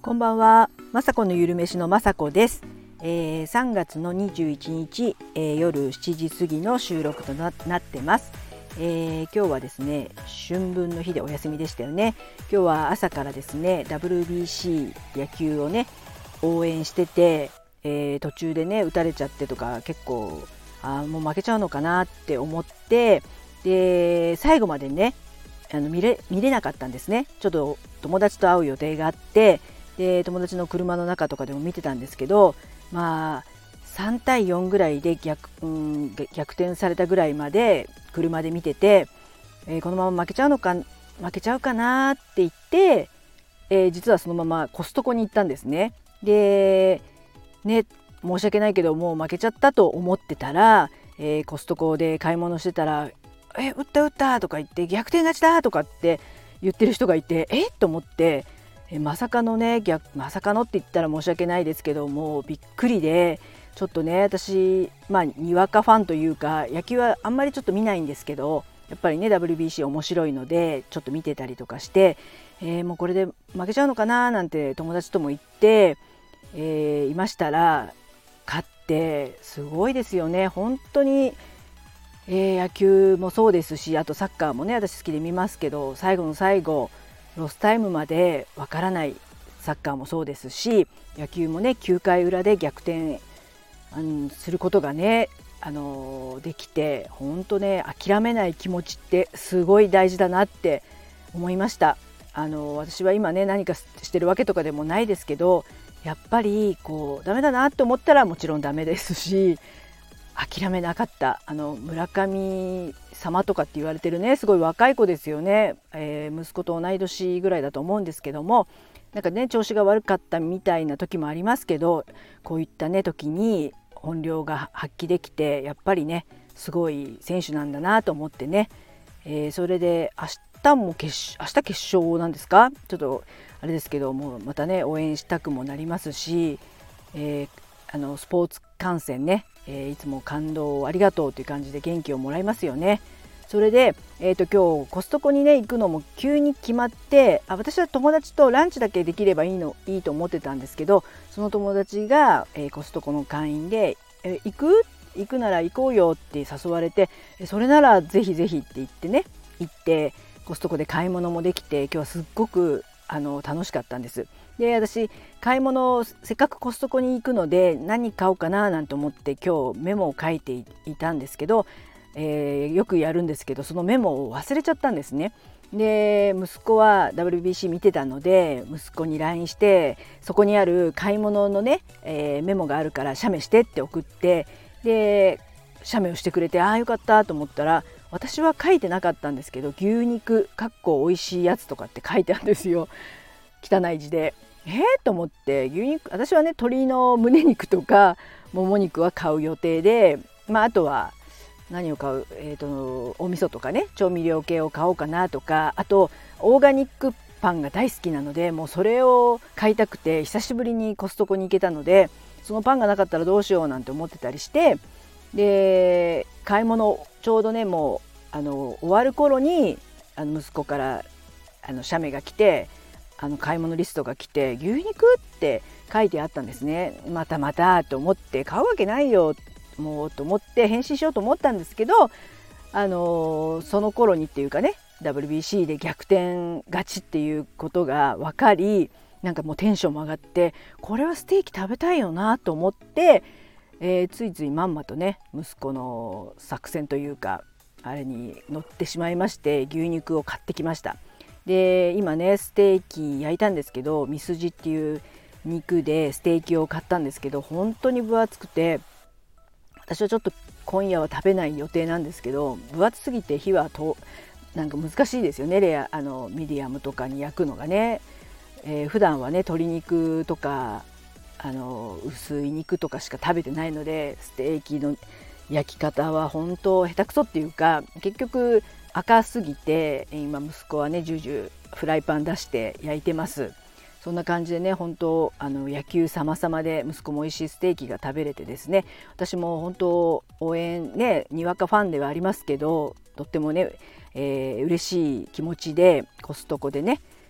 こんばんは、まさこのゆるめしのまさこです。3月の21日、夜7時過ぎの収録と なってます。今日はですね、春分の日でお休みでしたよね。今日は朝からですね WBC 野球をね応援してて、途中でね打たれちゃってとか結構もう負けちゃうのかなって思って、で最後までね見れなかったんですね。ちょっと友達と会う予定があって、で友達の車の中とかでも見てたんですけど、3対4ぐらいで逆転されたぐらいまで車で見てて、このまま負けちゃうかなって言って、実はそのままコストコに行ったんですね。でね、申し訳ないけどもう負けちゃったと思ってたら、コストコで買い物してたら打ったとか言って逆転勝ちだとかって言ってる人がいてと思って、まさかのって言ったら申し訳ないですけどもびっくりで、ちょっとね私にわかファンというか野球はあんまりちょっと見ないんですけど、やっぱりね WBC 面白いのでちょっと見てたりとかして、もうこれで負けちゃうのかななんて友達とも言って、いましたら勝ってすごいですよね本当に。野球もそうですし、あとサッカーもね私好きで見ますけど、最後の最後ロスタイムまでわからないサッカーもそうですし、野球もね9回裏で逆転、することがね、できて本当ね諦めない気持ちってすごい大事だなって思いました。私は今ね何かしてるわけとかでもないですけど、やっぱりダメだなって思ったらもちろんダメですし、諦めなかった。村上様とかって言われてるねすごい若い子ですよね、息子と同い年ぐらいだと思うんですけども、なんかね調子が悪かったみたいな時もありますけど、こういったね時に本領が発揮できてやっぱりねすごい選手なんだなと思ってね、それで明日決勝なんですか、ちょっとあれですけどもまたね応援したくもなりますし、スポーツ観戦ね、いつも感動をありがとうという感じで元気をもらいますよね。それで、今日コストコにね行くのも急に決まって、私は友達とランチだけできればいいと思ってたんですけど、その友達が、コストコの会員で、行くなら行こうよって誘われて、それならぜひぜひって言ってね行ってコストコで買い物もできて、今日はすっごく楽しかったんです。で私買い物せっかくコストコに行くので何買おうかななんて思って今日メモを書いていたんですけど、よくやるんですけどそのメモを忘れちゃったんですね。で息子は WBC 見てたので息子に LINE して、そこにある買い物のね、メモがあるから写メしてって送って、で写メをしてくれてよかったと思ったら、私は書いてなかったんですけど牛肉美味しいやつとかって書いてあるんですよ、汚い字で。と思って、牛肉私はね鶏の胸肉とかもも肉は買う予定で、あとは何を買う、お味噌とかね調味料系を買おうかなとか、あとオーガニックパンが大好きなのでもうそれを買いたくて久しぶりにコストコに行けたので、そのパンがなかったらどうしようなんて思ってたりして、で買い物ちょうどねもう終わる頃に息子から写メが来て、買い物リストが来て牛肉って書いてあったんですね。またと思って買うわけないよもうと思って返信しようと思ったんですけど、その頃にっていうかね WBC で逆転勝ちっていうことが分かり、なんかもうテンションも上がって、これはステーキ食べたいよなと思って、ついついまんまとね息子の作戦というかあれに乗ってしまいまして、牛肉を買ってきました。で今ねステーキ焼いたんですけど、ミスジっていう肉でステーキを買ったんですけど本当に分厚くて、私はちょっと今夜は食べない予定なんですけど、分厚すぎて火はなんか難しいですよね、ミディアムとかに焼くのがね。普段はね鶏肉とか薄い肉とかしか食べてないので、ステーキの焼き方は本当下手くそっていうか、結局赤すぎて今息子はねジュージューフライパン出して焼いてます。そんな感じでね本当野球様々で息子も美味しいステーキが食べれてですね、私も本当応援ねにわかファンではありますけど、とってもね、嬉しい気持ちでコストコでね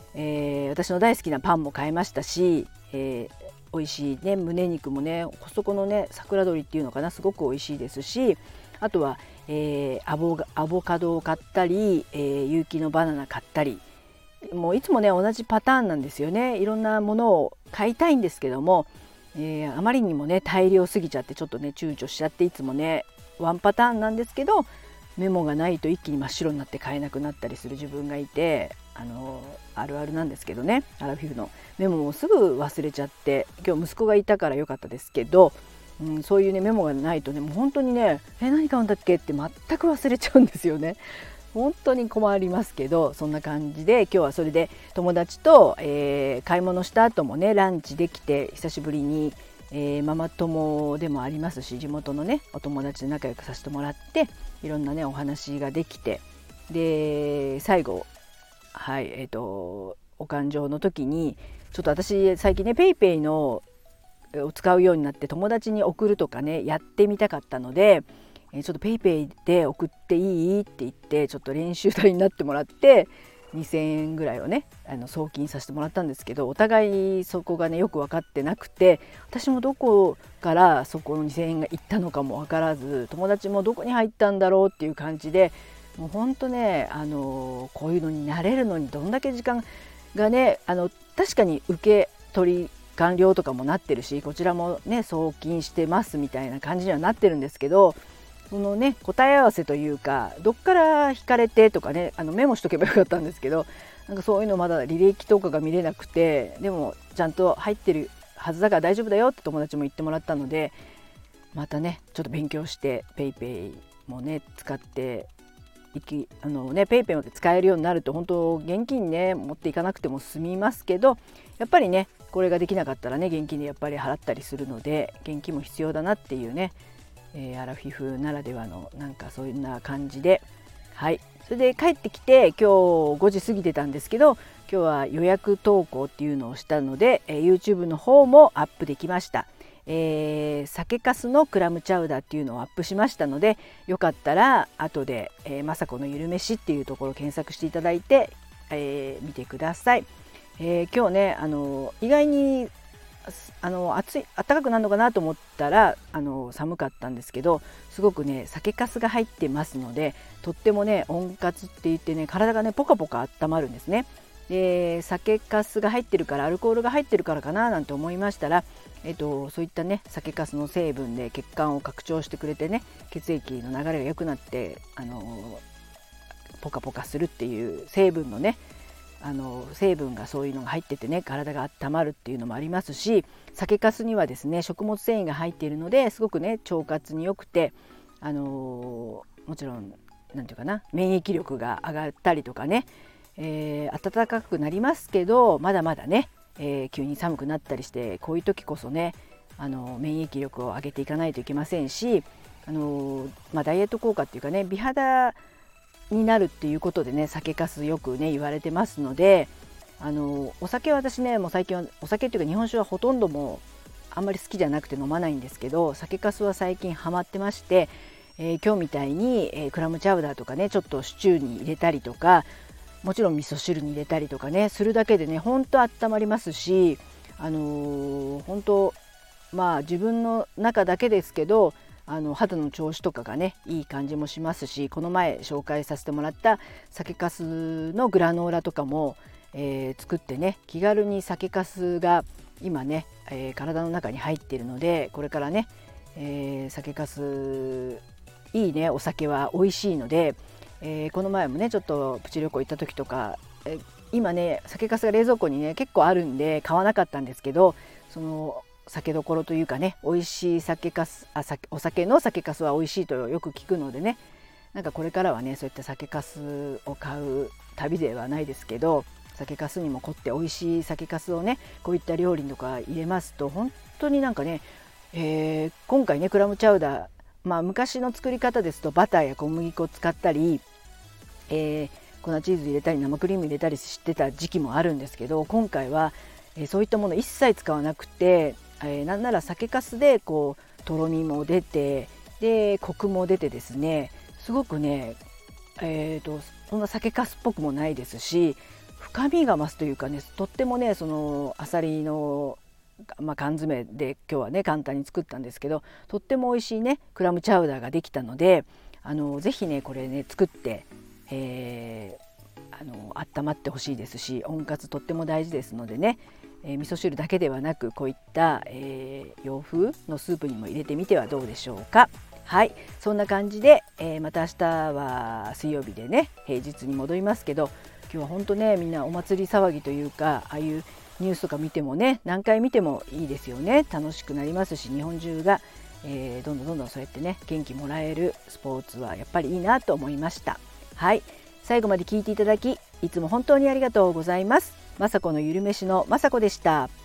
私の大好きなパンも買いましたし、美味しいね胸肉もねコストコのね桜鶏っていうのかなすごく美味しいですし、あとは、アボカドを買ったり、有機のバナナ買ったり、もういつもね同じパターンなんですよね。いろんなものを買いたいんですけども、あまりにもね大量すぎちゃってちょっとね躊躇しちゃって、いつもねワンパターンなんですけど、メモがないと一気に真っ白になって買えなくなったりする自分がいて、あるあるなんですけどね、アラフィフのメモもすぐ忘れちゃって、今日息子がいたから良かったですけど、そういうねメモがないとねもう本当にね何買うんだっけって全く忘れちゃうんですよね。本当に困りますけど、そんな感じで今日はそれで友達と、買い物した後もねランチできて、久しぶりに、ママ友でもありますし地元のねお友達で仲良くさせてもらって、いろんなねお話ができて、で最後はいお勘定の時にちょっと私最近ねペイペイのを使うようになって友達に送るとかねやってみたかったので、ちょっとペイペイで送っていいって言ってちょっと練習台になってもらって2000円ぐらいをね送金させてもらったんですけど、お互いそこがねよく分かってなくて、私もどこからそこの2000円がいったのかも分からず、友達もどこに入ったんだろうっていう感じで、もうほんとねこういうのに慣れるのにどんだけ時間がね、確かに受け取り完了とかもなってるし、こちらもね送金してますみたいな感じにはなってるんですけど、そのね答え合わせというかどっから引かれてとかねメモしとけばよかったんですけど、なんかそういうのまだ履歴とかが見れなくて、でもちゃんと入ってるはずだから大丈夫だよって友達も言ってもらったので、またねちょっと勉強してペイペイもね使ってペイペイまで使えるようになると本当現金ね持っていかなくても済みますけど、やっぱりねこれができなかったらね現金でやっぱり払ったりするので、現金も必要だなっていうね、アラフィフならではのなんかそういうな感じで、はい、それで帰ってきて今日5時過ぎてたんですけど、今日は予約投稿っていうのをしたので、YouTube の方もアップできました。酒粕のクラムチャウダーっていうのをアップしましたので、よかったら後で、雅子のゆるめしっていうところを検索していただいて、見てください。今日ね意外に暖かくなるのかなと思ったら寒かったんですけど、すごくね酒粕が入ってますので、とってもね温活って言ってね体がねポカポカ温まるんですね。で酒粕が入ってるからアルコールが入ってるからかななんて思いましたら、そういったね酒粕の成分で血管を拡張してくれてね、血液の流れが良くなってポカポカするっていう成分のね成分がそういうのが入っててね体が温まるっていうのもありますし、酒粕にはですね食物繊維が入っているのですごくね腸活に良くて、もちろんなんていうかな免疫力が上がったりとかね、暖かくなりますけどまだまだね、急に寒くなったりして、こういう時こそね免疫力を上げていかないといけませんし、ダイエット効果っていうかね美肌になるっていうことでね酒粕よくね言われてますので、お酒は私ねもう最近はお酒っていうか日本酒はほとんどもうあんまり好きじゃなくて飲まないんですけど、酒粕は最近ハマってまして、今日みたいに、クラムチャウダーとかねちょっとシチューに入れたりとか、もちろん味噌汁に入れたりとかねするだけでねほんと温まりますし、本当自分の中だけですけど肌の調子とかがねいい感じもしますし、この前紹介させてもらった酒粕のグラノーラとかも、作ってね気軽に酒粕が今ね、体の中に入っているので、これからね、酒粕いいねお酒は美味しいので、この前もねちょっとプチ旅行行った時とか、今ね酒粕が冷蔵庫にね結構あるんで買わなかったんですけど、その酒どころというかね美味しいお酒の酒粕は美味しいとよく聞くのでね、なんかこれからはねそういった酒粕を買う旅ではないですけど、酒粕にも凝って美味しい酒粕をねこういった料理とか入れますと本当になんかね、今回ねクラムチャウダー、昔の作り方ですとバターや小麦粉を使ったり、粉チーズ入れたり生クリーム入れたりしてた時期もあるんですけど、今回は、そういったもの一切使わなくて、なんなら酒粕でこうとろみも出て、でコクも出てですね、すごくね、そんな酒粕っぽくもないですし、 深みが増すというかね、とってもねそのあさりの、缶詰で今日はね簡単に作ったんですけど、とっても美味しいねクラムチャウダーができたので、ぜひねこれね作って、温まってほしいですし、温活とっても大事ですのでね、味噌汁だけではなくこういった、洋風のスープにも入れてみてはどうでしょうか。はい、そんな感じで、また明日は水曜日でね平日に戻りますけど、今日は本当ねみんなお祭り騒ぎというか、ああいうニュースとか見てもね何回見てもいいですよね。楽しくなりますし、日本中が、どんどんそうやってね元気もらえるスポーツはやっぱりいいなと思いました。はい、最後まで聞いていただきいつも本当にありがとうございます。雅子のゆるめしの雅子でした。